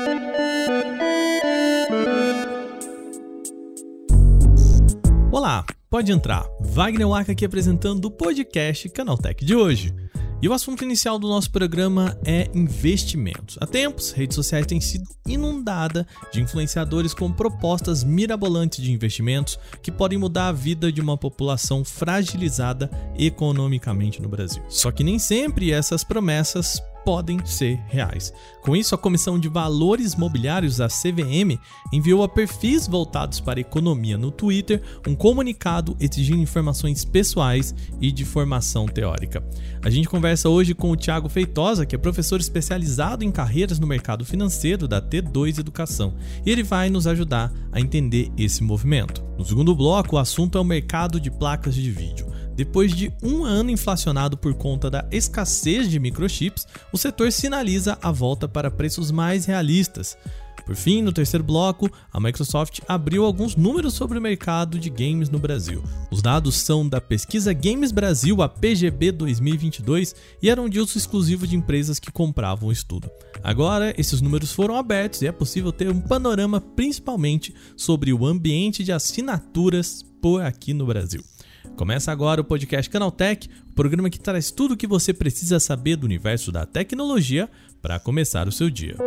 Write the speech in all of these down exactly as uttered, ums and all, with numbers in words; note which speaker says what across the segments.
Speaker 1: Olá, pode entrar. Wagner Waka aqui apresentando o podcast Canaltech de hoje. E o assunto inicial do nosso programa é investimentos. Há tempos, redes sociais têm sido inundadas de influenciadores com propostas mirabolantes de investimentos que podem mudar a vida de uma população fragilizada economicamente no Brasil. Só que nem sempre essas promessas podem ser reais. Com isso, a Comissão de Valores Mobiliários, a C V M, enviou a perfis voltados para a economia no Twitter um comunicado exigindo informações pessoais e de formação teórica. A gente conversa hoje com o Thiago Feitosa, que é professor especializado em carreiras no mercado financeiro da T dois Educação, e ele vai nos ajudar a entender esse movimento. No segundo bloco, o assunto é o mercado de placas de vídeo. Depois de um ano inflacionado por conta da escassez de microchips, o setor sinaliza a volta para preços mais realistas. Por fim, no terceiro bloco, a Microsoft abriu alguns números sobre o mercado de games no Brasil. Os dados são da pesquisa Games Brasil, a P G B dois mil e vinte e dois, e eram de uso exclusivo de empresas que compravam o estudo. Agora, esses números foram abertos e é possível ter um panorama principalmente sobre o ambiente de assinaturas por aqui no Brasil. Começa agora o podcast Canaltech, o programa que traz tudo o que você precisa saber do universo da tecnologia para começar o seu dia.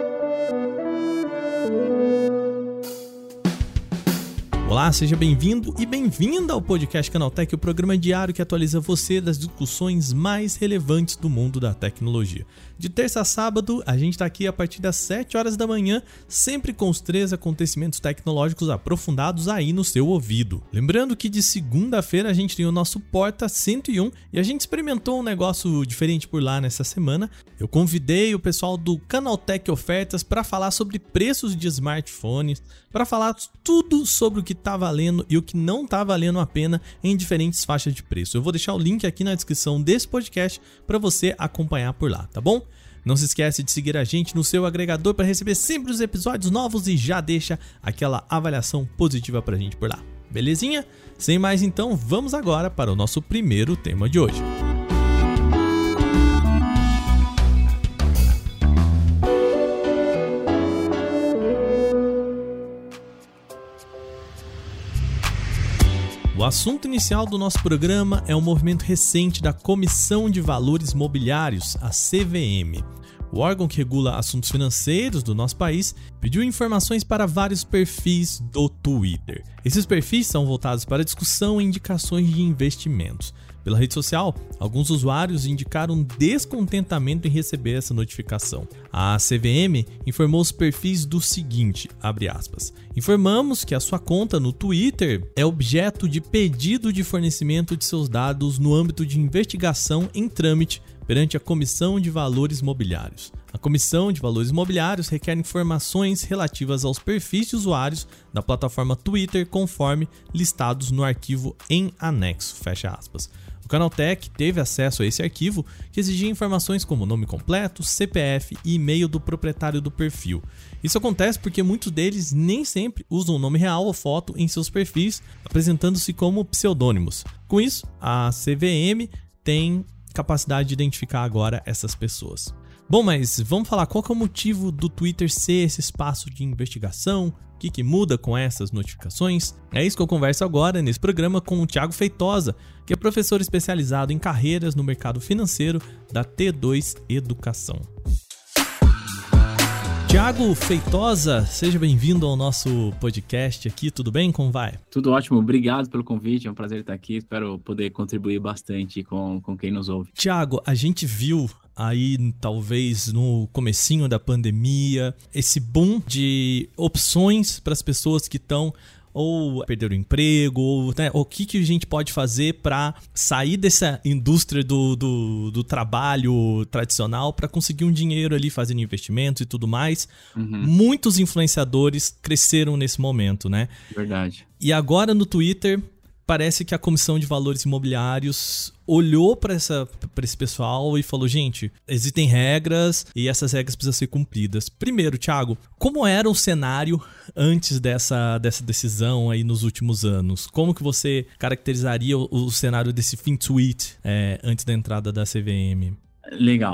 Speaker 1: Olá, seja bem-vindo e bem-vinda ao podcast Canaltech, o programa diário que atualiza você das discussões mais relevantes do mundo da tecnologia. De terça a sábado, a gente está aqui a partir das sete horas da manhã, sempre com os três acontecimentos tecnológicos aprofundados aí no seu ouvido. Lembrando que de segunda-feira a gente tem o nosso Porta cento e um e a gente experimentou um negócio diferente por lá nessa semana. Eu convidei o pessoal do Canaltech Ofertas para falar sobre preços de smartphones, para falar tudo sobre o que está valendo e o que não está valendo a pena em diferentes faixas de preço. Eu vou deixar o link aqui na descrição desse podcast para você acompanhar por lá, tá bom? Não se esquece de seguir a gente no seu agregador para receber sempre os episódios novos e já deixa aquela avaliação positiva pra gente por lá. Belezinha? Sem mais então, vamos agora para o nosso primeiro tema de hoje. O assunto inicial do nosso programa é um movimento recente da Comissão de Valores Mobiliários, a C V M. O órgão que regula assuntos financeiros do nosso país pediu informações para vários perfis do Twitter. Esses perfis são voltados para discussão e indicações de investimentos. Pela rede social, alguns usuários indicaram descontentamento em receber essa notificação. A C V M informou os perfis do seguinte, abre aspas, informamos que a sua conta no Twitter é objeto de pedido de fornecimento de seus dados no âmbito de investigação em trâmite perante a Comissão de Valores Mobiliários. A Comissão de Valores Mobiliários requer informações relativas aos perfis de usuários da plataforma Twitter conforme listados no arquivo em anexo, fecha aspas. O Canaltech teve acesso a esse arquivo que exigia informações como nome completo, C P F e e-mail do proprietário do perfil. Isso acontece porque muitos deles nem sempre usam o nome real ou foto em seus perfis, apresentando-se como pseudônimos. Com isso, a C V M tem capacidade de identificar agora essas pessoas. Bom, mas vamos falar qual que é o motivo do Twitter ser esse espaço de investigação, o que, que muda com essas notificações? É isso que eu converso agora nesse programa com o Thiago Feitosa, que é professor especializado em carreiras no mercado financeiro da T dois Educação. Thiago Feitosa, seja bem-vindo ao nosso podcast aqui, tudo bem? Como vai?
Speaker 2: Tudo ótimo, obrigado pelo convite, é um prazer estar aqui, espero poder contribuir bastante com, com quem nos ouve.
Speaker 1: Thiago, a gente viu aí talvez no comecinho da pandemia esse boom de opções para as pessoas que estão ou perder o emprego, ou né, o que, que a gente pode fazer para sair dessa indústria do, do, do trabalho tradicional para conseguir um dinheiro ali fazendo investimentos e tudo mais. Uhum. Muitos influenciadores cresceram nesse momento, né?
Speaker 2: Verdade.
Speaker 1: E agora no Twitter parece que a Comissão de Valores Imobiliários olhou para esse pessoal e falou, gente, existem regras e essas regras precisam ser cumpridas. Primeiro, Thiago, como era o cenário antes dessa, dessa decisão aí nos últimos anos? Como que você caracterizaria o, o cenário desse FinTwit é, antes da entrada da C V M?
Speaker 2: Legal.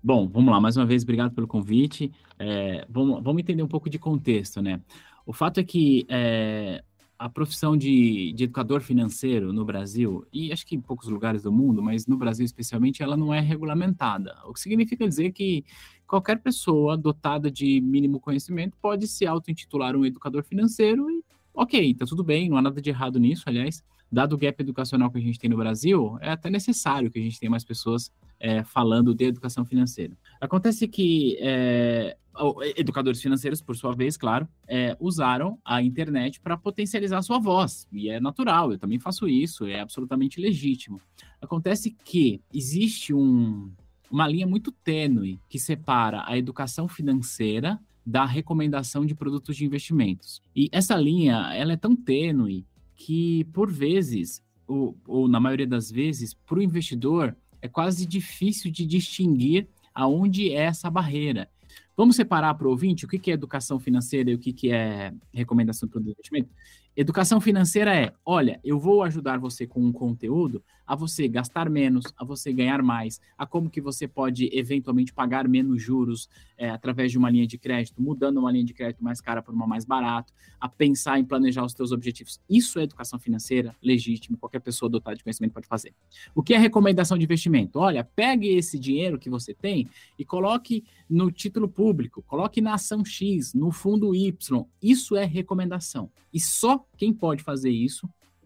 Speaker 2: Bom, vamos lá, mais uma vez, obrigado pelo convite. É, vamos, vamos entender um pouco de contexto, né? O fato é que é, a profissão de, de educador financeiro no Brasil, e acho que em poucos lugares do mundo, mas no Brasil especialmente, ela não é regulamentada. O que significa dizer que qualquer pessoa dotada de mínimo conhecimento pode se auto-intitular um educador financeiro e, ok, tá tudo bem, não há nada de errado nisso, aliás. Dado o gap educacional que a gente tem no Brasil, é até necessário que a gente tenha mais pessoas é, falando de educação financeira. Acontece que é, educadores financeiros, por sua vez, claro, é, usaram a internet para potencializar a sua voz, e é natural, eu também faço isso, é absolutamente legítimo. Acontece que existe um, uma linha muito tênue que separa a educação financeira da recomendação de produtos de investimentos. E essa linha, ela é tão tênue que, por vezes, ou, ou na maioria das vezes, para o investidor, é quase difícil de distinguir aonde é essa barreira. Vamos separar para o ouvinte o que é educação financeira e o que é recomendação de produto de investimento? Educação financeira é, olha, eu vou ajudar você com um conteúdo a você gastar menos, a você ganhar mais, a como que você pode eventualmente pagar menos juros é, através de uma linha de crédito, mudando uma linha de crédito mais cara por uma mais barata, a pensar em planejar os seus objetivos. Isso é educação financeira legítima, qualquer pessoa dotada de conhecimento pode fazer. O que é recomendação de investimento? Olha, pegue esse dinheiro que você tem e coloque no título público, coloque na ação X, no fundo Y. Isso é recomendação. E só quem pode fazer isso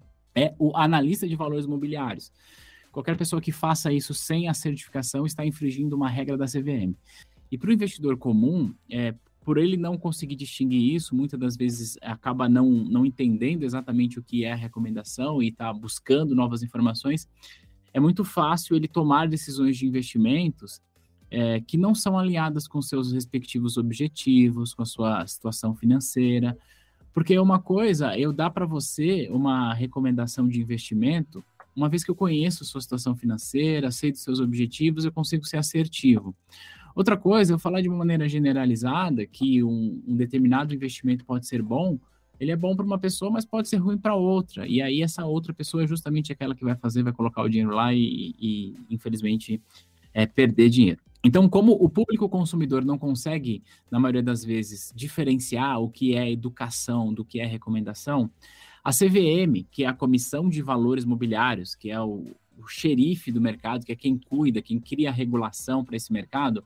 Speaker 2: é o analista de valores imobiliários. Qualquer pessoa que faça isso sem a certificação está infringindo uma regra da C V M. E para o investidor comum, é, por ele não conseguir distinguir isso, muitas das vezes acaba não, não entendendo exatamente o que é a recomendação e está buscando novas informações, é muito fácil ele tomar decisões de investimentos é, que não são alinhadas com seus respectivos objetivos, com a sua situação financeira. Porque uma coisa, eu dar para você uma recomendação de investimento, uma vez que eu conheço a sua situação financeira, sei dos seus objetivos, eu consigo ser assertivo. Outra coisa, eu falar de uma maneira generalizada que um, um determinado investimento pode ser bom, ele é bom para uma pessoa, mas pode ser ruim para outra. E aí essa outra pessoa é justamente aquela que vai fazer, vai colocar o dinheiro lá e, e infelizmente, é, perder dinheiro. Então, como o público consumidor não consegue, na maioria das vezes, diferenciar o que é educação do que é recomendação, a C V M, que é a Comissão de Valores Mobiliários, que é o, o xerife do mercado, que é quem cuida, quem cria a regulação para esse mercado,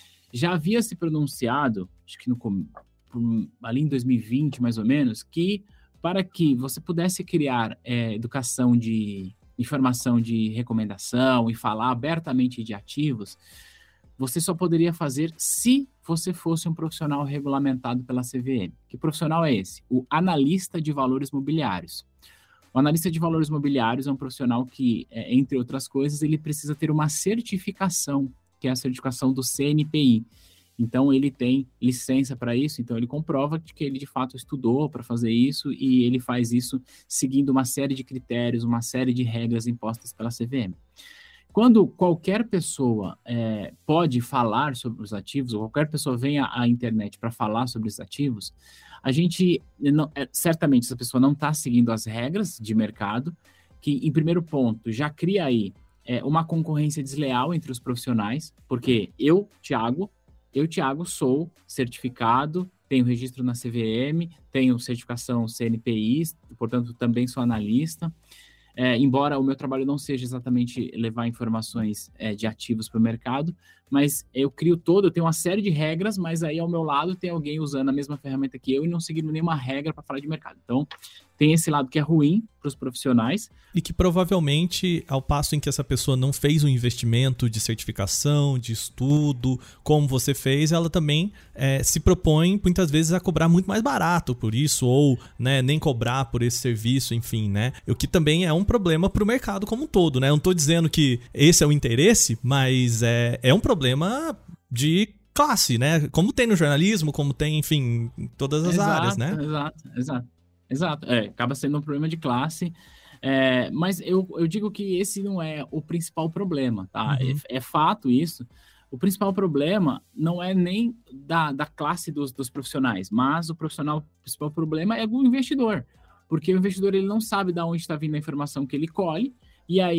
Speaker 2: já havia se pronunciado, acho que no, ali em dois mil e vinte, mais ou menos, que para que você pudesse criar é, educação de informação de recomendação e falar abertamente de ativos, você só poderia fazer se você fosse um profissional regulamentado pela C V M. Que profissional é esse? O analista de valores mobiliários. O analista de valores mobiliários é um profissional que, entre outras coisas, ele precisa ter uma certificação, que é a certificação do C N P I. Então, ele tem licença para isso, então ele comprova que ele, de fato, estudou para fazer isso e ele faz isso seguindo uma série de critérios, uma série de regras impostas pela C V M. Quando qualquer pessoa é, pode falar sobre os ativos, ou qualquer pessoa vem à, à internet para falar sobre os ativos, a gente, não, é, certamente, essa pessoa não está seguindo as regras de mercado, que, em primeiro ponto, já cria aí é, uma concorrência desleal entre os profissionais, porque eu, Thiago, eu, Thiago, sou certificado, tenho registro na C V M, tenho certificação C N P I, portanto, também sou analista. É, embora o meu trabalho não seja exatamente levar informações é, de ativos para o mercado, mas eu crio todo, eu tenho uma série de regras, mas aí ao meu lado tem alguém usando a mesma ferramenta que eu e não seguindo nenhuma regra para falar de mercado. Então, tem esse lado que é ruim para os profissionais.
Speaker 1: E que provavelmente, ao passo em que essa pessoa não fez um investimento de certificação, de estudo, como você fez, ela também é, se propõe, muitas vezes, a cobrar muito mais barato por isso, ou né, nem cobrar por esse serviço, enfim, né? O que também é um problema para o mercado como um todo, né? Eu não estou dizendo que esse é o interesse, mas é, é um problema de classe, né? Como tem no jornalismo, como tem, enfim, em todas as
Speaker 2: exato,
Speaker 1: áreas, né?
Speaker 2: Exato, exato. Exato, é, acaba sendo um problema de classe, é, mas eu, eu digo que esse não é o principal problema, tá? Uhum. É, é fato isso. O principal problema não é nem da, da classe dos, dos profissionais, mas o profissional, o principal problema é do investidor, porque o investidor ele não sabe de onde está vindo a informação que ele colhe, e aí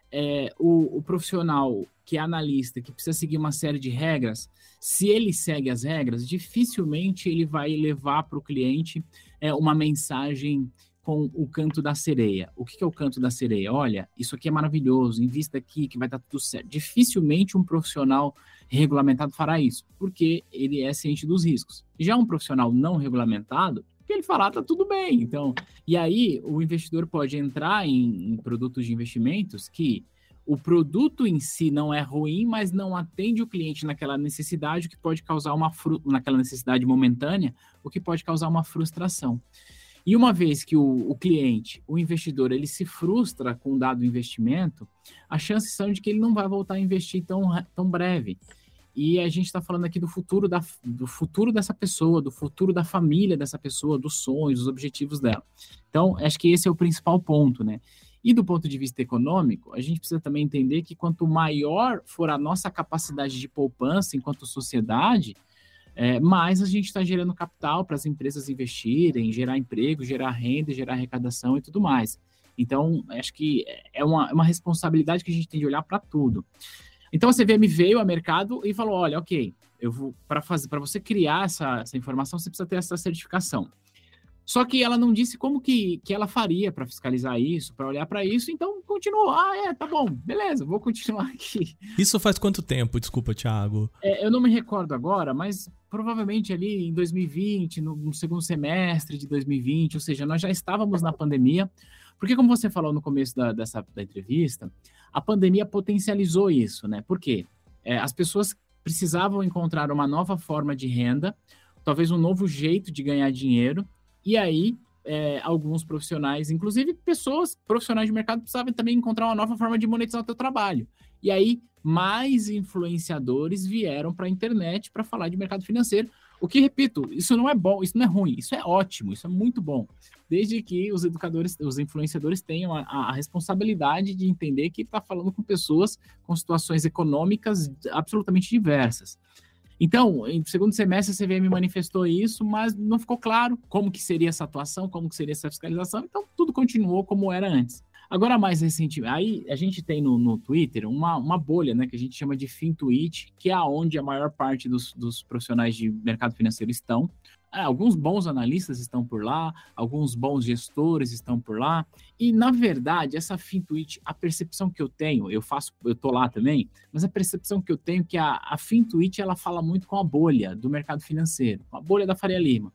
Speaker 2: é, o, o profissional que é analista, que precisa seguir uma série de regras, se ele segue as regras, dificilmente ele vai levar para o cliente é, uma mensagem com o canto da sereia. O que é o canto da sereia? Olha, isso aqui é maravilhoso, invista aqui que vai dar tudo certo. Dificilmente um profissional regulamentado fará isso, porque ele é ciente dos riscos. Já um profissional não regulamentado, que ele falar, tá tudo bem. Então, e aí o investidor pode entrar em, em produtos de investimentos que o produto em si não é ruim, mas não atende o cliente naquela necessidade, o que pode causar uma fru- naquela necessidade momentânea, o que pode causar uma frustração. E uma vez que o, o cliente, o investidor, ele se frustra com um dado investimento, as chances são de que ele não vai voltar a investir tão, tão breve. E a gente está falando aqui do futuro, da, do futuro dessa pessoa, do futuro da família dessa pessoa, dos sonhos, dos objetivos dela. Então, acho que esse é o principal ponto, né? E do ponto de vista econômico, a gente precisa também entender que quanto maior for a nossa capacidade de poupança enquanto sociedade, é, mais a gente está gerando capital para as empresas investirem, gerar emprego, gerar renda, gerar arrecadação e tudo mais. Então, acho que é uma, é uma responsabilidade que a gente tem de olhar para tudo. Então, a C V M veio ao mercado e falou, olha, ok, eu vou para fazer, para você criar essa, essa informação, você precisa ter essa certificação. Só que ela não disse como que, que ela faria para fiscalizar isso, para olhar para isso, então continuou. Ah, é, tá bom, beleza, vou continuar aqui.
Speaker 1: Isso faz quanto tempo? Desculpa, Thiago.
Speaker 2: É, eu não me recordo agora, mas provavelmente ali em dois mil e vinte, no, no segundo semestre de dois mil e vinte, ou seja, nós já estávamos na pandemia, porque como você falou no começo da, dessa, da entrevista, a pandemia potencializou isso, né? Por quê? É, as pessoas precisavam encontrar uma nova forma de renda, talvez um novo jeito de ganhar dinheiro. E aí, é, alguns profissionais, inclusive pessoas profissionais de mercado, precisavam também encontrar uma nova forma de monetizar o seu trabalho. E aí, mais influenciadores vieram para a internet para falar de mercado financeiro. O que, repito, isso não é bom, isso não é ruim, isso é ótimo, isso é muito bom. Desde que os educadores, os influenciadores tenham a, a responsabilidade de entender que está falando com pessoas com situações econômicas absolutamente diversas. Então, em segundo semestre, a C V M manifestou isso, mas não ficou claro como que seria essa atuação, como que seria essa fiscalização, então tudo continuou como era antes. Agora, mais recentemente, aí a gente tem no, no Twitter uma, uma bolha, né, que a gente chama de FinTwitch, que é onde a maior parte dos, dos profissionais de mercado financeiro estão. É, alguns bons analistas estão por lá, alguns bons gestores estão por lá, e na verdade, essa FinTwitch, a percepção que eu tenho, eu faço, eu tô lá também, mas a percepção que eu tenho é que a, a FinTwitch, ela fala muito com a bolha do mercado financeiro, com a bolha da Faria Lima,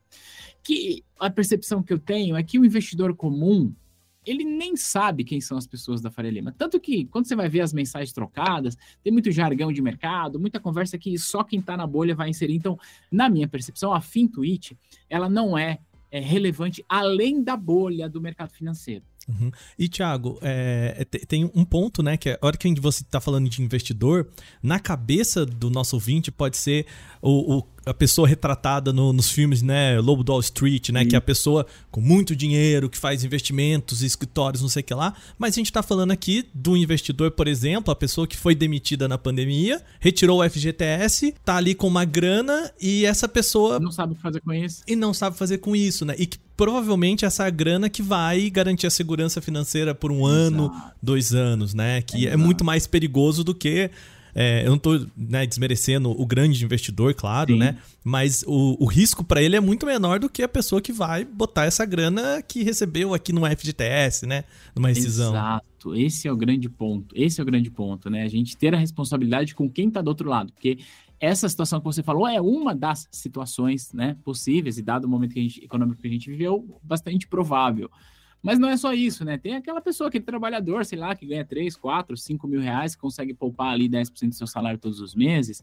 Speaker 2: que a percepção que eu tenho é que o investidor comum, ele nem sabe quem são as pessoas da Faria Lima. Tanto que, quando você vai ver as mensagens trocadas, tem muito jargão de mercado, muita conversa que só quem está na bolha vai inserir. Então, na minha percepção, a FinTwitch, ela não é, é relevante além da bolha do mercado financeiro.
Speaker 1: Uhum. E, Thiago, é, tem um ponto, né, que a hora que você está falando de investidor, na cabeça do nosso ouvinte pode ser o, o, a pessoa retratada no, nos filmes, né, Lobo do Wall Street, né, que é a pessoa com muito dinheiro, que faz investimentos, escritórios, não sei o que lá, mas a gente está falando aqui do investidor, por exemplo, a pessoa que foi demitida na pandemia, retirou o F G T S, tá ali com uma grana e essa pessoa...
Speaker 2: Não sabe o que fazer com isso.
Speaker 1: E não sabe fazer com isso, né, e que provavelmente essa grana que vai garantir a segurança financeira por um Exato. ano, dois anos, né? Que Exato. é muito mais perigoso do que... É, eu não estou, né, desmerecendo o grande investidor, claro, Sim. né? Mas o, o risco para ele é muito menor do que a pessoa que vai botar essa grana que recebeu aqui no F G T S, né? Numa rescisão.
Speaker 2: Exato. Esse é o grande ponto. Esse é o grande ponto, né? A gente ter a responsabilidade com quem está do outro lado. Porque essa situação que você falou é uma das situações, né, possíveis e dado o momento que a gente, econômico que a gente viveu, bastante provável. Mas não é só isso, né? Tem aquela pessoa, aquele trabalhador, sei lá, que ganha três, quatro, cinco mil reais, que consegue poupar ali dez por cento do seu salário todos os meses,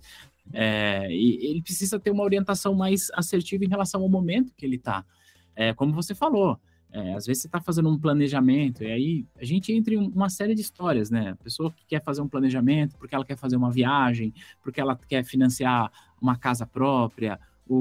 Speaker 2: é, e ele precisa ter uma orientação mais assertiva em relação ao momento que ele está. É, como você falou, é, às vezes você está fazendo um planejamento, e aí a gente entra em uma série de histórias, né? A pessoa que quer fazer um planejamento porque ela quer fazer uma viagem, porque ela quer financiar uma casa própria,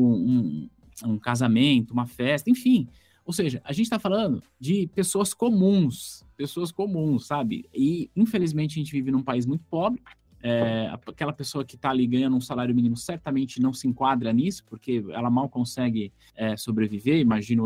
Speaker 2: um, um, um casamento, uma festa, enfim... Ou seja, a gente está falando de pessoas comuns, pessoas comuns, sabe? E, infelizmente, a gente vive num país muito pobre. É, aquela pessoa que está ali ganhando um salário mínimo certamente não se enquadra nisso, porque ela mal consegue é, sobreviver, imagino eu.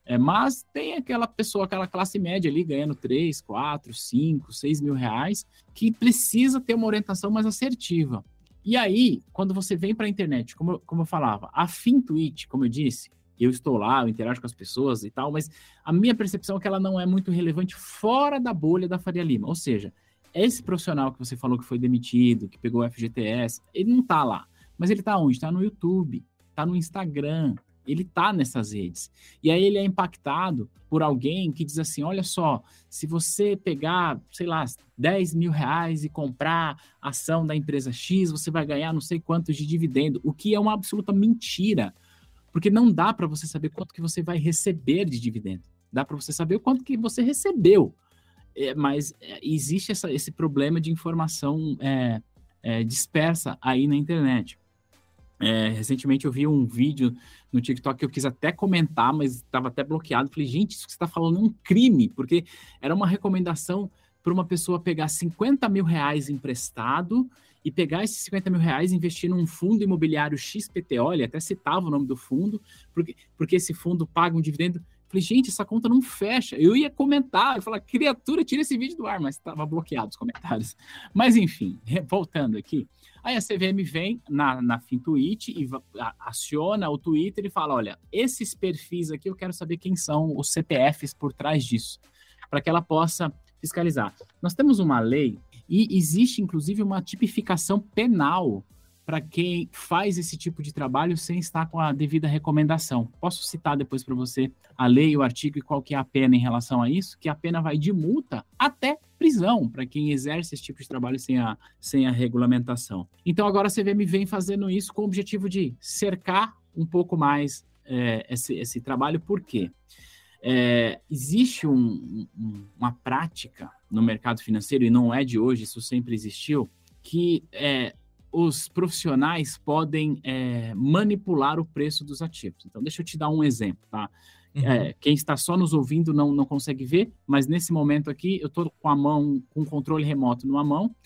Speaker 2: É, mas tem aquela pessoa, aquela classe média ali ganhando três, quatro, cinco, seis mil reais, que precisa ter uma orientação mais assertiva. E aí, quando você vem para a internet, como, eu- como eu falava, a FinTwitch, como eu disse, eu estou lá, eu interajo com as pessoas e tal, mas a minha percepção é que ela não é muito relevante fora da bolha da Faria Lima. Ou seja, esse profissional que você falou que foi demitido, que pegou o F G T S, ele não está lá. Mas ele está onde? Está no YouTube, está no Instagram, ele está nessas redes. E aí ele é impactado por alguém que diz assim, olha só, se você pegar, sei lá, dez mil reais e comprar ação da empresa X, você vai ganhar não sei quantos de dividendo, o que é uma absoluta mentira, porque não dá para você saber quanto que você vai receber de dividendo. Dá para você saber o quanto que você recebeu. É, mas é, existe essa, esse problema de informação é, é, dispersa aí na internet. É, recentemente eu vi um vídeo no TikTok que eu quis até comentar, mas estava até bloqueado. Falei, gente, isso que você está falando é um crime, porque era uma recomendação para uma pessoa pegar cinquenta mil reais emprestado e pegar esses cinquenta mil reais e investir num fundo imobiliário X P T O, ele até citava o nome do fundo, porque, porque esse fundo paga um dividendo. Falei, gente, essa conta não fecha. Eu ia comentar, eu falar, criatura, tira esse vídeo do ar, mas estava bloqueado os comentários. Mas enfim, voltando aqui. Aí a C V M vem na, na FinTwitch e aciona o Twitter e fala, olha, esses perfis aqui eu quero saber quem são os C P Fs por trás disso, para que ela possa fiscalizar. Nós temos uma lei e existe, inclusive, uma tipificação penal para quem faz esse tipo de trabalho sem estar com a devida recomendação. Posso citar depois para você a lei, o artigo e qual que é a pena em relação a isso, que a pena vai de multa até prisão para quem exerce esse tipo de trabalho sem a, sem a regulamentação. Então agora a C V M vem fazendo isso com o objetivo de cercar um pouco mais é, esse, esse trabalho. Por quê? É, existe um, um, uma prática no mercado financeiro, e não é de hoje, isso sempre existiu, que é, os profissionais podem é, manipular o preço dos ativos. Então, deixa eu te dar um exemplo, tá? Uhum. É, quem está só nos ouvindo não, não consegue ver, mas nesse momento aqui, eu estou com a mão, com o controle remoto numa mão,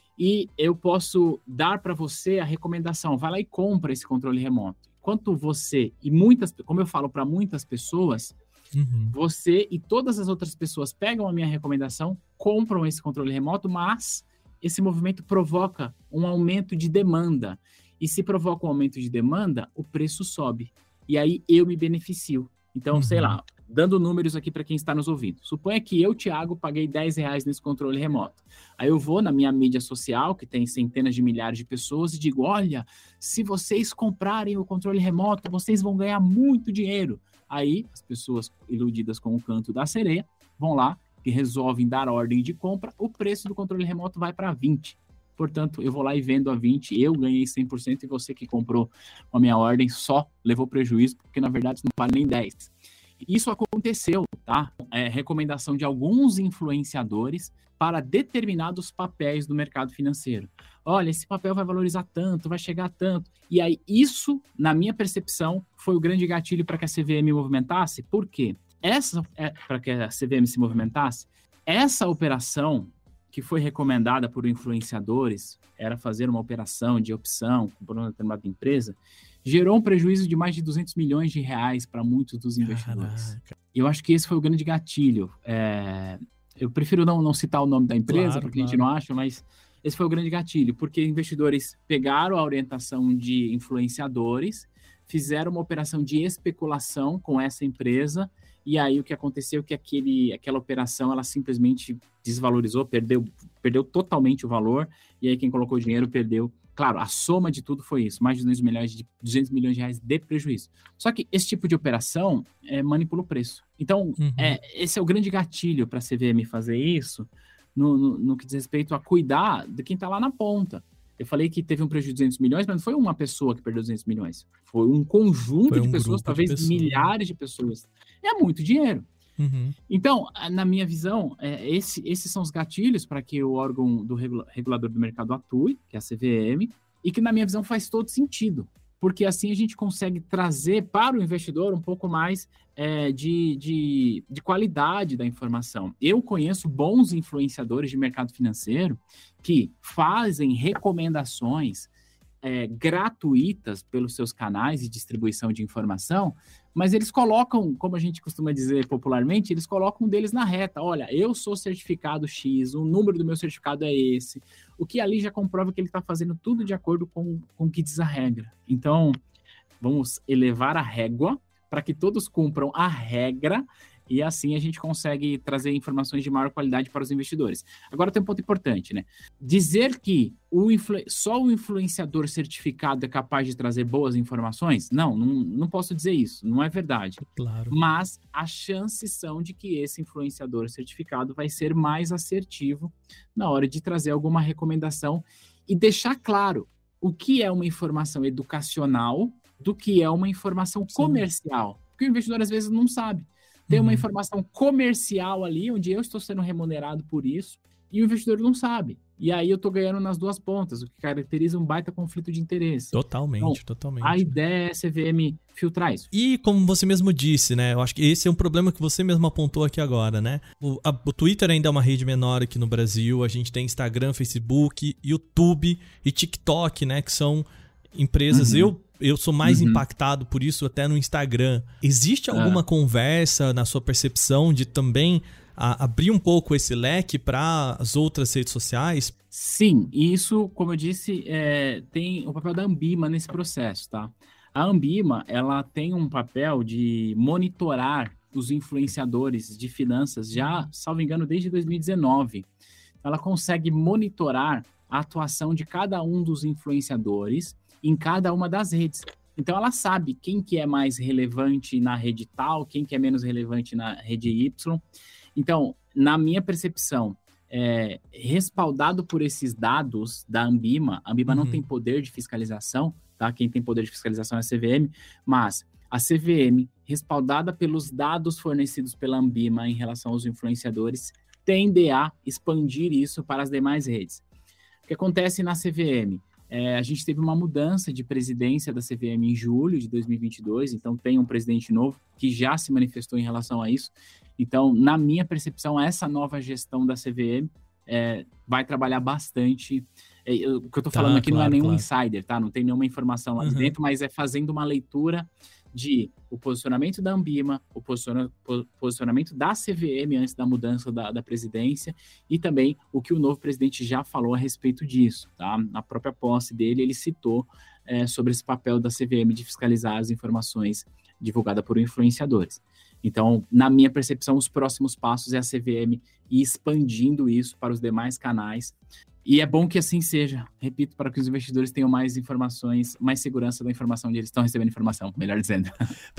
Speaker 2: e eu posso dar para você a recomendação, vai lá e compra esse controle remoto. Enquanto você, e muitas, como eu falo para muitas pessoas, uhum. você e todas as outras pessoas pegam a minha recomendação, compram esse controle remoto, mas esse movimento provoca um aumento de demanda. E se provoca um aumento de demanda, o preço sobe. E aí eu me beneficio. Então, uhum. sei lá, dando números aqui para quem está nos ouvindo. Suponha que eu, Thiago, paguei dez reais nesse controle remoto. Aí eu vou na minha mídia social, que tem centenas de milhares de pessoas, e digo, olha, se vocês comprarem o controle remoto, vocês vão ganhar muito dinheiro. Aí as pessoas iludidas com o canto da sereia vão lá, que resolvem dar ordem de compra, o preço do controle remoto vai para vinte. Portanto, eu vou lá e vendo a vinte, eu ganhei cem por cento e você que comprou com a minha ordem só levou prejuízo, porque na verdade não vale nem dez. Isso aconteceu, tá? É recomendação de alguns influenciadores para determinados papéis do mercado financeiro. Olha, esse papel vai valorizar tanto, vai chegar a tanto. E aí, isso, na minha percepção, foi o grande gatilho para que a C V M movimentasse. Por quê? Essa, é, para que a C V M se movimentasse, essa operação que foi recomendada por influenciadores, era fazer uma operação de opção por uma determinada empresa, gerou um prejuízo de mais de duzentos milhões de reais para muitos dos investidores. Caraca. Eu acho que esse foi o grande gatilho. É, eu prefiro não, não citar o nome da empresa, claro, porque claro. a gente não acha, mas esse foi o grande gatilho, porque investidores pegaram a orientação de influenciadores, fizeram uma operação de especulação com essa empresa, e aí o que aconteceu é que aquele, aquela operação, ela simplesmente desvalorizou, perdeu, perdeu totalmente o valor, e aí quem colocou dinheiro perdeu. Claro, a soma de tudo foi isso, mais de duzentos milhões de, duzentos milhões de reais de prejuízo. Só que esse tipo de operação é, manipula o preço. Então, uhum. é, esse é o grande gatilho para a C V M fazer isso, no, no, no que diz respeito a cuidar de quem está lá na ponta. Eu falei que teve um prejuízo de duzentos milhões, mas não foi uma pessoa que perdeu duzentos milhões. Foi um conjunto foi um de pessoas, talvez de pessoas. milhares de pessoas. É muito dinheiro. Uhum. Então, na minha visão, é, esse, esses são os gatilhos para que o órgão do regula- regulador do mercado atue, que é a C V M, e que, na minha visão, faz todo sentido. Porque assim a gente consegue trazer para o investidor um pouco mais é, de, de, de qualidade da informação. Eu conheço bons influenciadores de mercado financeiro que fazem recomendações é, gratuitas pelos seus canais de distribuição de informação, mas eles colocam, como a gente costuma dizer popularmente, eles colocam um deles na reta. Olha, eu sou certificado X, o número do meu certificado é esse. O que ali já comprova que ele está fazendo tudo de acordo com, com o que diz a regra. Então, vamos elevar a régua para que todos cumpram a regra e assim a gente consegue trazer informações de maior qualidade para os investidores. Agora tem um ponto importante, né? Dizer que o influ... só o influenciador certificado é capaz de trazer boas informações? Não, não, não posso dizer isso, não é verdade.
Speaker 1: Claro.
Speaker 2: Mas as chances são de que esse influenciador certificado vai ser mais assertivo na hora de trazer alguma recomendação e deixar claro o que é uma informação educacional do que é uma informação
Speaker 1: Sim.
Speaker 2: comercial. Porque o investidor às vezes não sabe. Tem uma informação comercial ali, onde eu estou sendo remunerado por isso, e o investidor não sabe. E aí eu estou ganhando nas duas pontas, o que caracteriza um baita conflito de interesse.
Speaker 1: Totalmente, então, totalmente.
Speaker 2: A ideia é a C V M filtrar isso.
Speaker 1: E como você mesmo disse, né? Eu acho que esse é um problema que você mesmo apontou aqui agora, né? O, a, o Twitter ainda é uma rede menor aqui no Brasil, a gente tem Instagram, Facebook, YouTube e TikTok, né? Que são empresas... Uhum. Eu Eu sou mais uhum. impactado por isso até no Instagram. Existe alguma é. conversa, na sua percepção, de também a, abrir um pouco esse leque para as outras redes sociais?
Speaker 2: Sim, e isso, como eu disse, é, tem o papel da Ambima nesse processo, tá? A Ambima, ela tem um papel de monitorar os influenciadores de finanças já, salvo engano, desde dois mil e dezenove. Ela consegue monitorar a atuação de cada um dos influenciadores em cada uma das redes. Então, ela sabe quem que é mais relevante na rede tal, quem que é menos relevante na rede Y. Então, na minha percepção, é, respaldado por esses dados da Ambima, a Ambima uhum. não tem poder de fiscalização, tá? Quem tem poder de fiscalização é a C V M, mas a C V M, respaldada pelos dados fornecidos pela Ambima em relação aos influenciadores, tende a expandir isso para as demais redes. O que acontece na C V M? É, a gente teve uma mudança de presidência da C V M em julho de dois mil e vinte e dois, então tem um presidente novo que já se manifestou em relação a isso. Então, na minha percepção, essa nova gestão da C V M é, vai trabalhar bastante. É, eu, o que eu estou falando tá, aqui claro, não é nenhum claro. insider, tá? Não tem nenhuma informação lá uhum. de dentro, mas é fazendo uma leitura de o posicionamento da Ambima, o posiciona, posicionamento da C V M antes da mudança da, da presidência e também o que o novo presidente já falou a respeito disso, tá? Na própria posse dele, ele citou é, sobre esse papel da C V M de fiscalizar as informações divulgadas por influenciadores. Então, na minha percepção, os próximos passos é a C V M ir expandindo isso para os demais canais. E é bom que assim seja, repito, para que os investidores tenham mais informações, mais segurança da informação onde eles estão recebendo informação, melhor dizendo.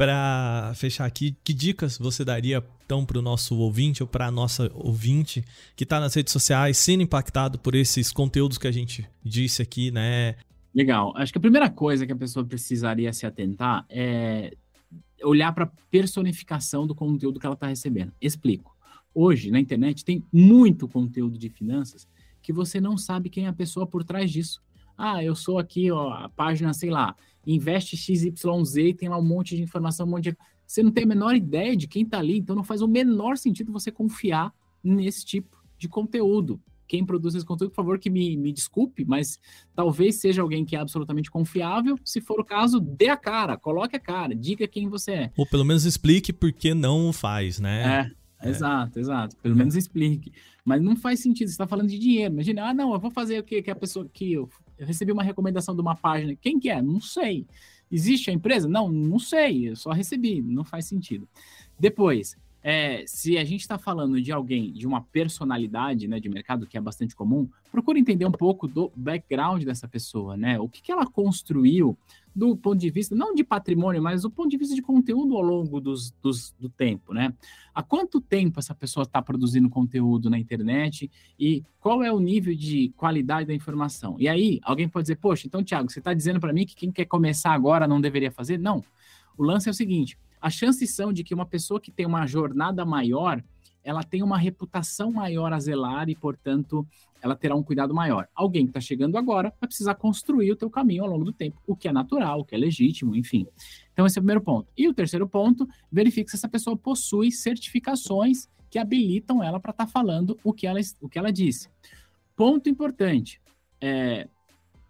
Speaker 1: Para fechar aqui, que dicas você daria então para o nosso ouvinte ou para a nossa ouvinte que está nas redes sociais sendo impactado por esses conteúdos que a gente disse aqui, né?
Speaker 2: Legal. Acho que a primeira coisa que a pessoa precisaria se atentar é olhar para a personificação do conteúdo que ela está recebendo. Explico. Hoje, na internet, tem muito conteúdo de finanças que você não sabe quem é a pessoa por trás disso. Ah, eu sou aqui, ó, a página, sei lá, Investe X Y Z e tem lá um monte de informação, um monte de... Você não tem a menor ideia de quem está ali, então não faz o menor sentido você confiar nesse tipo de conteúdo. Quem produz esse conteúdo, por favor, que me, me desculpe, mas talvez seja alguém que é absolutamente confiável. Se for o caso, dê a cara, coloque a cara, diga quem você é.
Speaker 1: Ou pelo menos explique por que não o faz, né?
Speaker 2: É. É. Exato, exato. Pelo menos explique. Mas não faz sentido, você está falando de dinheiro. Imagina, ah, não, eu vou fazer o quê? Que a pessoa que eu, eu recebi uma recomendação de uma página. Quem que é? Não sei. Existe a empresa? Não, não sei. Eu só recebi. Não faz sentido. Depois, é, se a gente está falando de alguém, de uma personalidade, né, de mercado, que é bastante comum, procure entender um pouco do background dessa pessoa, né? O que, que ela construiu do ponto de vista, não de patrimônio, mas do ponto de vista de conteúdo ao longo dos, dos, do tempo, né? Há quanto tempo essa pessoa está produzindo conteúdo na internet e qual é o nível de qualidade da informação? E aí, alguém pode dizer, poxa, então, Thiago, você está dizendo para mim que quem quer começar agora não deveria fazer? Não. O lance é o seguinte, as chances são de que uma pessoa que tem uma jornada maior, ela tem uma reputação maior a zelar e, portanto, ela terá um cuidado maior. Alguém que está chegando agora vai precisar construir o teu caminho ao longo do tempo, o que é natural, o que é legítimo, enfim. Então, esse é o primeiro ponto. E o terceiro ponto, verifique se essa pessoa possui certificações que habilitam ela para estar tá falando o que ela, o que ela disse. Ponto importante, é,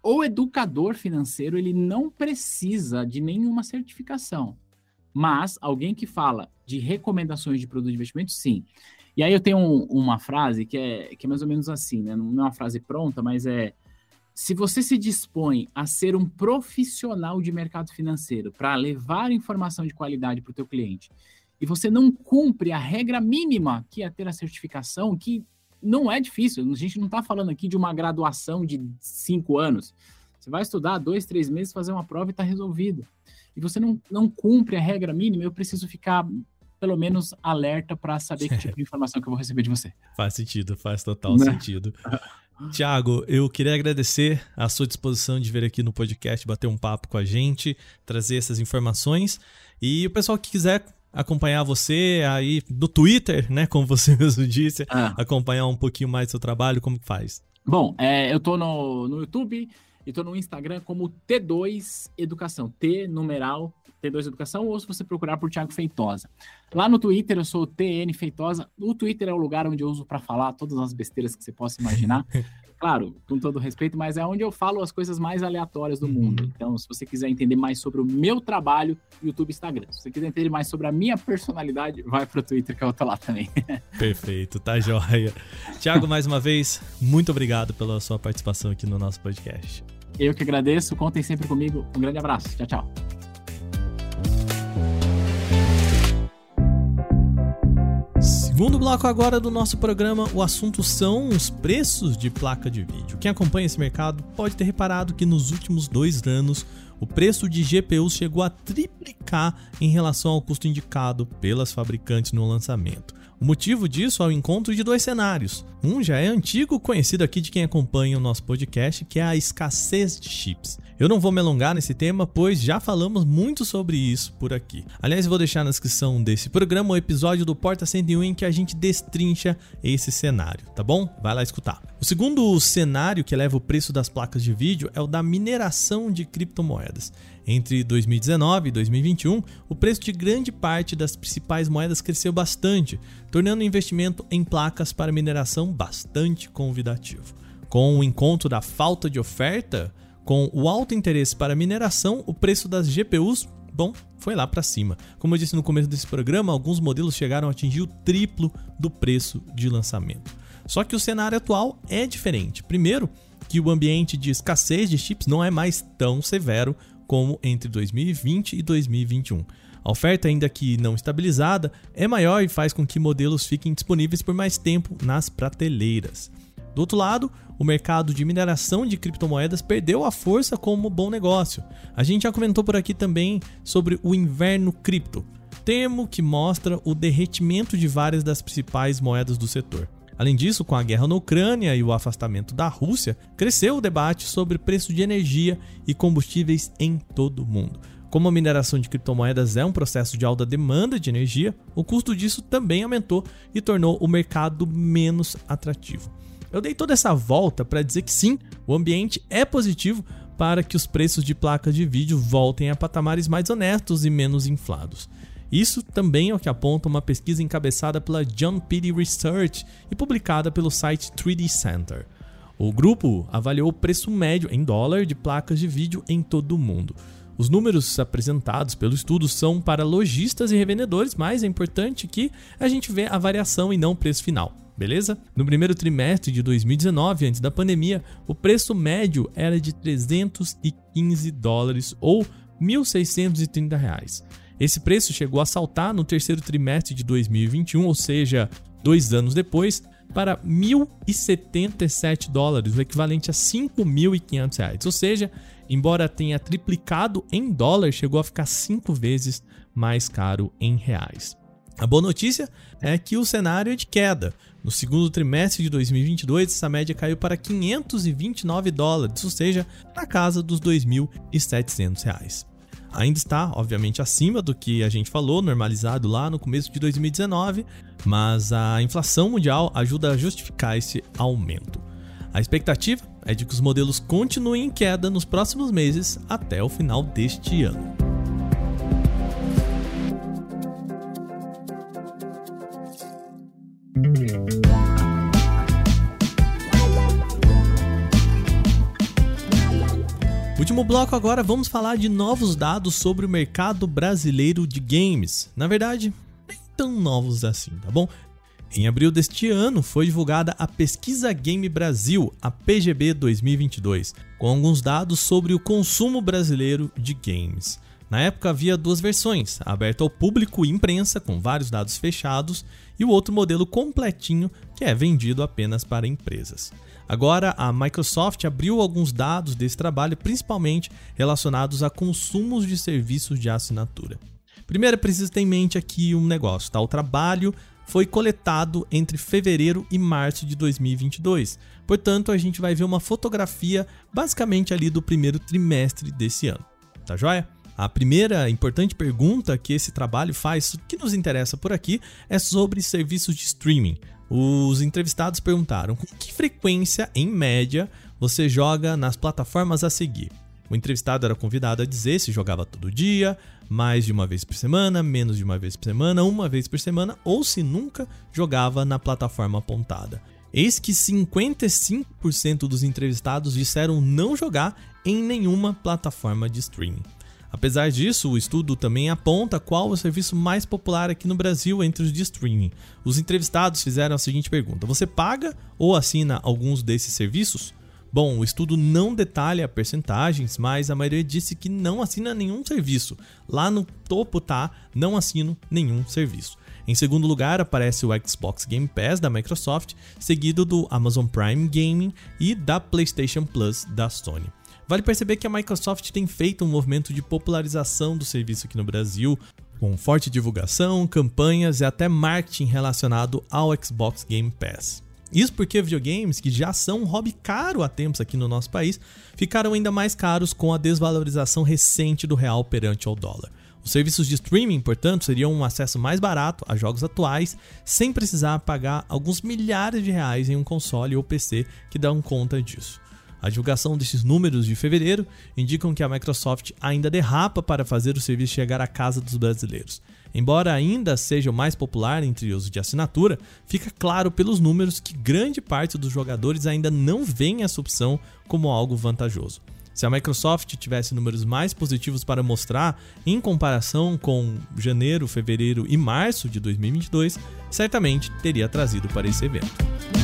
Speaker 2: o educador financeiro, ele não precisa de nenhuma certificação, mas alguém que fala de recomendações de produto de investimento, sim. E aí eu tenho um, uma frase que é, que é mais ou menos assim, né? Não é uma frase pronta, mas é: se você se dispõe a ser um profissional de mercado financeiro para levar informação de qualidade para o teu cliente, e você não cumpre a regra mínima, que é ter a certificação, que não é difícil, a gente não está falando aqui de uma graduação de cinco anos. Você vai estudar dois, três meses, fazer uma prova e está resolvido. E você não, não cumpre a regra mínima, eu preciso ficar, pelo menos, alerta para saber que tipo de informação que eu vou receber de você.
Speaker 1: Faz sentido, faz total né? sentido. Tiago, eu queria agradecer a sua disposição de vir aqui no podcast, bater um papo com a gente, trazer essas informações. E o pessoal que quiser acompanhar você aí no Twitter, né, como você mesmo disse, ah. acompanhar um pouquinho mais do seu trabalho, como que faz?
Speaker 2: Bom, é, eu tô no, no YouTube e tô no Instagram como T dois Educação, T numeral T dois Educação, ou se você procurar por Thiago Feitosa. Lá no Twitter eu sou T N Feitosa. O Twitter é o lugar onde eu uso para falar todas as besteiras que você possa imaginar. Claro, com todo respeito, mas é onde eu falo as coisas mais aleatórias do mundo. Então, se você quiser entender mais sobre o meu trabalho, YouTube e Instagram. Se você quiser entender mais sobre a minha personalidade, vai pro Twitter que eu tô lá também.
Speaker 1: Perfeito, tá joia. Tiago, mais uma vez, muito obrigado pela sua participação aqui no nosso podcast.
Speaker 2: Eu que agradeço, contem sempre comigo. Um grande abraço, tchau, tchau.
Speaker 1: Segundo bloco agora do nosso programa, o assunto são os preços de placa de vídeo. Quem acompanha esse mercado pode ter reparado que nos últimos dois anos o preço de G P Us chegou a triplicar em relação ao custo indicado pelas fabricantes no lançamento. O motivo disso é o encontro de dois cenários. Um já é antigo, conhecido aqui de quem acompanha o nosso podcast, que é a escassez de chips. Eu não vou me alongar nesse tema, pois já falamos muito sobre isso por aqui. Aliás, vou deixar na descrição desse programa o episódio do Porta cento e um em que a gente destrincha esse cenário, tá bom? Vai lá escutar. O segundo cenário que eleva o preço das placas de vídeo é o da mineração de criptomoedas. Entre dois mil e dezenove e dois mil e vinte e um, o preço de grande parte das principais moedas cresceu bastante, tornando o investimento em placas para mineração bastante convidativo. Com o encontro da falta de oferta, com o alto interesse para mineração, o preço das G P Us, bom, foi lá para cima. Como eu disse no começo desse programa, alguns modelos chegaram a atingir o triplo do preço de lançamento. Só que o cenário atual é diferente. Primeiro, que o ambiente de escassez de chips não é mais tão severo como entre dois mil e vinte e dois mil e vinte e um. A oferta, ainda que não estabilizada, é maior e faz com que modelos fiquem disponíveis por mais tempo nas prateleiras. Do outro lado, o mercado de mineração de criptomoedas perdeu a força como bom negócio. A gente já comentou por aqui também sobre o inverno cripto, termo que mostra o derretimento de várias das principais moedas do setor. Além disso, com a guerra na Ucrânia e o afastamento da Rússia, cresceu o debate sobre preço de energia e combustíveis em todo o mundo. Como a mineração de criptomoedas é um processo de alta demanda de energia, o custo disso também aumentou e tornou o mercado menos atrativo. Eu dei toda essa volta para dizer que sim, o ambiente é positivo para que os preços de placas de vídeo voltem a patamares mais honestos e menos inflados. Isso também é o que aponta uma pesquisa encabeçada pela John Peet Research e publicada pelo site três D Center. O grupo avaliou o preço médio em dólar de placas de vídeo em todo o mundo. Os números apresentados pelo estudo são para lojistas e revendedores, mas é importante que a gente vê a variação e não o preço final. Beleza? No primeiro trimestre de dois mil e dezenove, antes da pandemia, o preço médio era de trezentos e quinze dólares ou mil seiscentos e trinta reais. Esse preço chegou a saltar no terceiro trimestre de dois mil e vinte e um, ou seja, dois anos depois, para mil e setenta e sete dólares, o equivalente a cinco mil e quinhentos reais. Ou seja, embora tenha triplicado em dólar, chegou a ficar cinco vezes mais caro em reais. A boa notícia é que o cenário é de queda. No segundo trimestre de dois mil e vinte e dois, essa média caiu para quinhentos e vinte e nove dólares, ou seja, na casa dos dois mil e setecentos reais. Ainda está, obviamente, acima do que a gente falou, normalizado lá no começo de dois mil e dezenove, mas a inflação mundial ajuda a justificar esse aumento. A expectativa é de que os modelos continuem em queda nos próximos meses até o final deste ano. Último bloco agora, vamos falar de novos dados sobre o mercado brasileiro de games. Na verdade, nem tão novos assim, tá bom? Em abril deste ano foi divulgada a Pesquisa Game Brasil, a P G B dois mil e vinte e dois, com alguns dados sobre o consumo brasileiro de games. Na época havia duas versões, a aberta ao público e imprensa, com vários dados fechados, e o outro modelo completinho, que é vendido apenas para empresas. Agora, a Microsoft abriu alguns dados desse trabalho, principalmente relacionados a consumos de serviços de assinatura. Primeiro, é preciso ter em mente aqui um negócio, tá? O trabalho foi coletado entre fevereiro e março de dois mil e vinte e dois. Portanto, a gente vai ver uma fotografia basicamente ali do primeiro trimestre desse ano. Tá joia? A primeira importante pergunta que esse trabalho faz, que nos interessa por aqui, é sobre serviços de streaming. Os entrevistados perguntaram com que frequência, em média, você joga nas plataformas a seguir. O entrevistado era convidado a dizer se jogava todo dia, mais de uma vez por semana, menos de uma vez por semana, uma vez por semana, ou se nunca jogava na plataforma apontada. Eis que cinquenta e cinco por cento dos entrevistados disseram não jogar em nenhuma plataforma de streaming. Apesar disso, o estudo também aponta qual o serviço mais popular aqui no Brasil entre os de streaming. Os entrevistados fizeram a seguinte pergunta: você paga ou assina alguns desses serviços? Bom, o estudo não detalha percentagens, mas a maioria disse que não assina nenhum serviço. Lá no topo tá, não assino nenhum serviço. Em segundo lugar aparece o Xbox Game Pass da Microsoft, seguido do Amazon Prime Gaming e da PlayStation Plus da Sony. Vale perceber que a Microsoft tem feito um movimento de popularização do serviço aqui no Brasil, com forte divulgação, campanhas e até marketing relacionado ao Xbox Game Pass. Isso porque videogames, que já são um hobby caro há tempos aqui no nosso país, ficaram ainda mais caros com a desvalorização recente do real perante ao dólar. Os serviços de streaming, portanto, seriam um acesso mais barato a jogos atuais, sem precisar pagar alguns milhares de reais em um console ou P C que dão conta disso. A divulgação desses números de fevereiro indicam que a Microsoft ainda derrapa para fazer o serviço chegar à casa dos brasileiros. Embora ainda seja o mais popular entre os de assinatura, fica claro pelos números que grande parte dos jogadores ainda não veem essa opção como algo vantajoso. Se a Microsoft tivesse números mais positivos para mostrar em comparação com janeiro, fevereiro e março de dois mil e vinte e dois, certamente teria trazido para esse evento.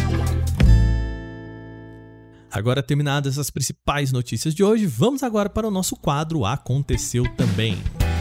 Speaker 1: Agora, terminadas as principais notícias de hoje, vamos agora para o nosso quadro Aconteceu Também.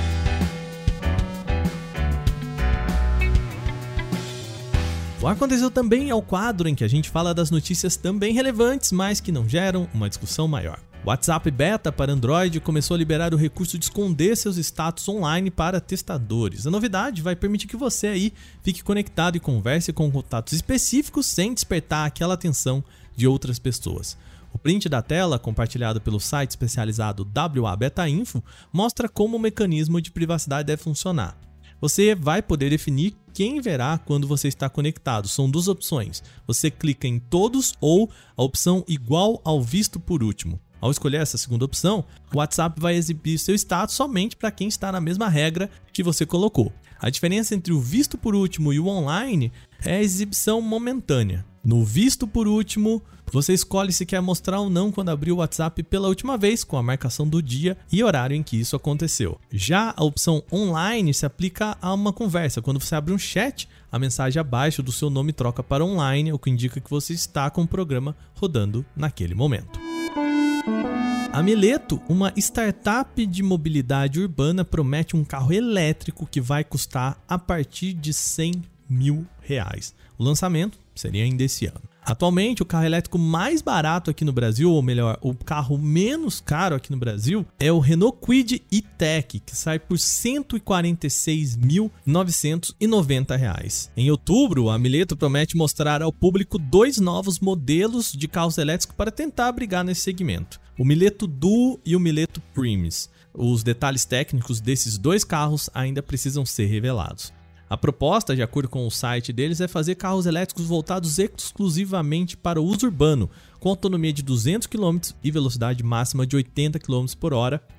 Speaker 1: O Aconteceu Também é o quadro em que a gente fala das notícias também relevantes, mas que não geram uma discussão maior. O WhatsApp Beta para Android começou a liberar o recurso de esconder seus status online para testadores. A novidade vai permitir que você aí fique conectado e converse com contatos específicos sem despertar aquela atenção de outras pessoas. O print da tela, compartilhado pelo site especializado W A Beta Info, mostra como o mecanismo de privacidade deve funcionar. Você vai poder definir quem verá quando você está conectado. São duas opções. Você clica em todos ou a opção igual ao visto por último. Ao escolher essa segunda opção, o WhatsApp vai exibir seu status somente para quem está na mesma regra que você colocou. A diferença entre o visto por último e o online é a exibição momentânea. No visto por último, você escolhe se quer mostrar ou não quando abrir o WhatsApp pela última vez, com a marcação do dia e horário em que isso aconteceu. Já a opção online se aplica a uma conversa. Quando você abre um chat, a mensagem abaixo do seu nome troca para online, o que indica que você está com o programa rodando naquele momento. A Mileto, uma startup de mobilidade urbana, promete um carro elétrico que vai custar a partir de cem mil reais. O lançamento seria ainda esse ano. Atualmente, o carro elétrico mais barato aqui no Brasil, ou melhor, o carro menos caro aqui no Brasil, é o Renault Kwid E-Tech, que sai por cento e quarenta e seis mil novecentos e noventa reais. Em outubro, a Mileto promete mostrar ao público dois novos modelos de carros elétricos para tentar brigar nesse segmento: o Mileto Duo e o Mileto Primus. Os detalhes técnicos desses dois carros ainda precisam ser revelados. A proposta, de acordo com o site deles, é fazer carros elétricos voltados exclusivamente para o uso urbano, com autonomia de duzentos quilômetros e velocidade máxima de oitenta quilômetros por hora,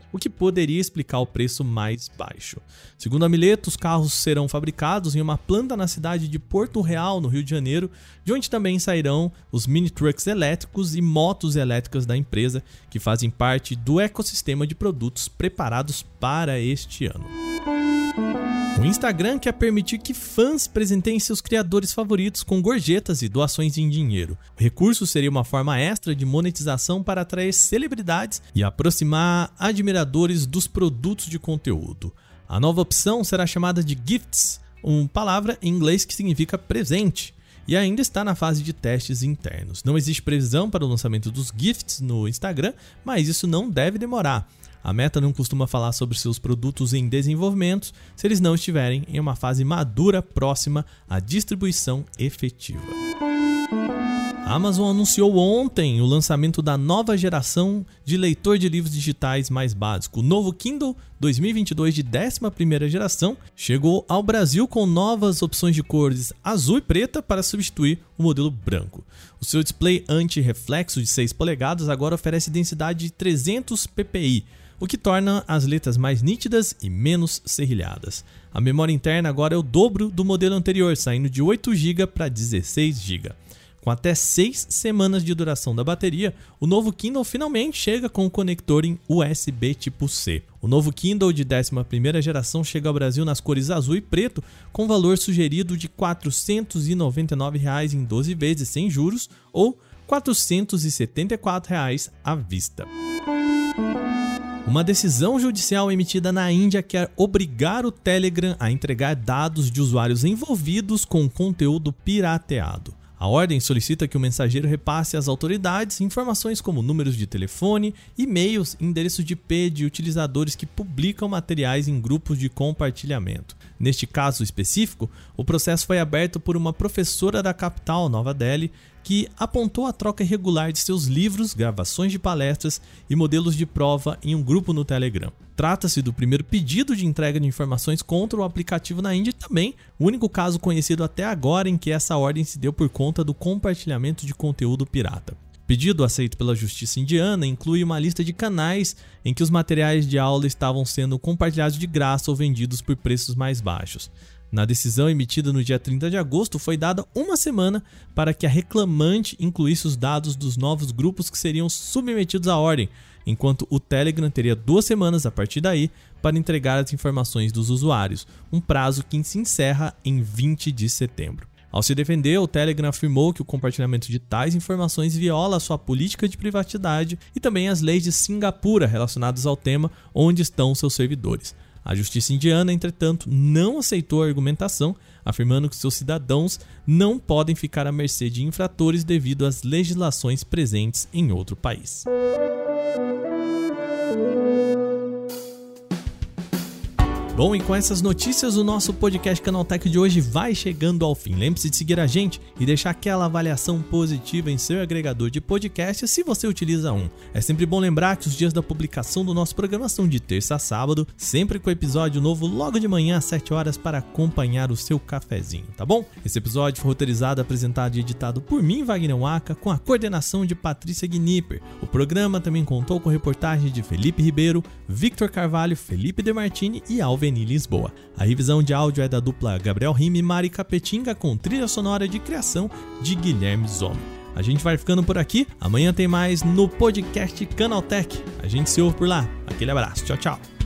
Speaker 1: o que poderia explicar o preço mais baixo. Segundo a Mileto, os carros serão fabricados em uma planta na cidade de Porto Real, no Rio de Janeiro, de onde também sairão os mini trucks elétricos e motos elétricas da empresa, que fazem parte do ecossistema de produtos preparados para este ano. O Instagram quer permitir que fãs presenteiem seus criadores favoritos com gorjetas e doações em dinheiro. O recurso seria uma forma extra de monetização para atrair celebridades e aproximar admiradores dos produtos de conteúdo. A nova opção será chamada de Gifts, uma palavra em inglês que significa presente, e ainda está na fase de testes internos. Não existe previsão para o lançamento dos Gifts no Instagram, mas isso não deve demorar. A Meta não costuma falar sobre seus produtos em desenvolvimento se eles não estiverem em uma fase madura próxima à distribuição efetiva. A Amazon anunciou ontem o lançamento da nova geração de leitor de livros digitais mais básico. O novo Kindle dois mil e vinte e dois de décima primeira geração chegou ao Brasil com novas opções de cores azul e preta para substituir o modelo branco. O seu display anti-reflexo de seis polegadas agora oferece densidade de trezentos p p i, o que torna as letras mais nítidas e menos serrilhadas. A memória interna agora é o dobro do modelo anterior, saindo de oito gigabytes para dezesseis gigabytes. Com até seis semanas de duração da bateria, o novo Kindle finalmente chega com o conector em U S B tipo C. O novo Kindle de décima primeira geração chega ao Brasil nas cores azul e preto, com valor sugerido de quatrocentos e noventa e nove reais em doze vezes sem juros ou quatrocentos e setenta e quatro reais à vista. Uma decisão judicial emitida na Índia quer obrigar o Telegram a entregar dados de usuários envolvidos com conteúdo pirateado. A ordem solicita que o mensageiro repasse às autoridades informações como números de telefone, e-mails e endereço de I P de utilizadores que publicam materiais em grupos de compartilhamento. Neste caso específico, o processo foi aberto por uma professora da capital, Nova Delhi, que apontou a troca irregular de seus livros, gravações de palestras e modelos de prova em um grupo no Telegram. Trata-se do primeiro pedido de entrega de informações contra o aplicativo na Índia e também o único caso conhecido até agora em que essa ordem se deu por conta do compartilhamento de conteúdo pirata. O pedido aceito pela justiça indiana inclui uma lista de canais em que os materiais de aula estavam sendo compartilhados de graça ou vendidos por preços mais baixos. Na decisão emitida no dia trinta de agosto, foi dada uma semana para que a reclamante incluísse os dados dos novos grupos que seriam submetidos à ordem, enquanto o Telegram teria duas semanas a partir daí para entregar as informações dos usuários, um prazo que se encerra em vinte de setembro. Ao se defender, o Telegram afirmou que o compartilhamento de tais informações viola a sua política de privacidade e também as leis de Singapura relacionadas ao tema onde estão seus servidores. A justiça indiana, entretanto, não aceitou a argumentação, afirmando que seus cidadãos não podem ficar à mercê de infratores devido às legislações presentes em outro país. Bom, e com essas notícias, o nosso podcast Canaltech de hoje vai chegando ao fim. Lembre-se de seguir a gente e deixar aquela avaliação positiva em seu agregador de podcast se você utiliza um. É sempre bom lembrar que os dias da publicação do nosso programa são de terça a sábado, sempre com episódio novo logo de manhã às sete horas para acompanhar o seu cafezinho, tá bom? Esse episódio foi roteirizado, apresentado e editado por mim, Wagner Waka, com a coordenação de Patrícia Gnipper. O programa também contou com reportagens de Felipe Ribeiro, Victor Carvalho, Felipe Demartini e Alveni Lisboa. A revisão de áudio é da dupla Gabriel Rime e Mari Capetinga, com trilha sonora de criação de Guilherme Zomer. A gente vai ficando por aqui. Amanhã tem mais no podcast Canaltech. A gente se ouve por lá. Aquele abraço. Tchau, tchau.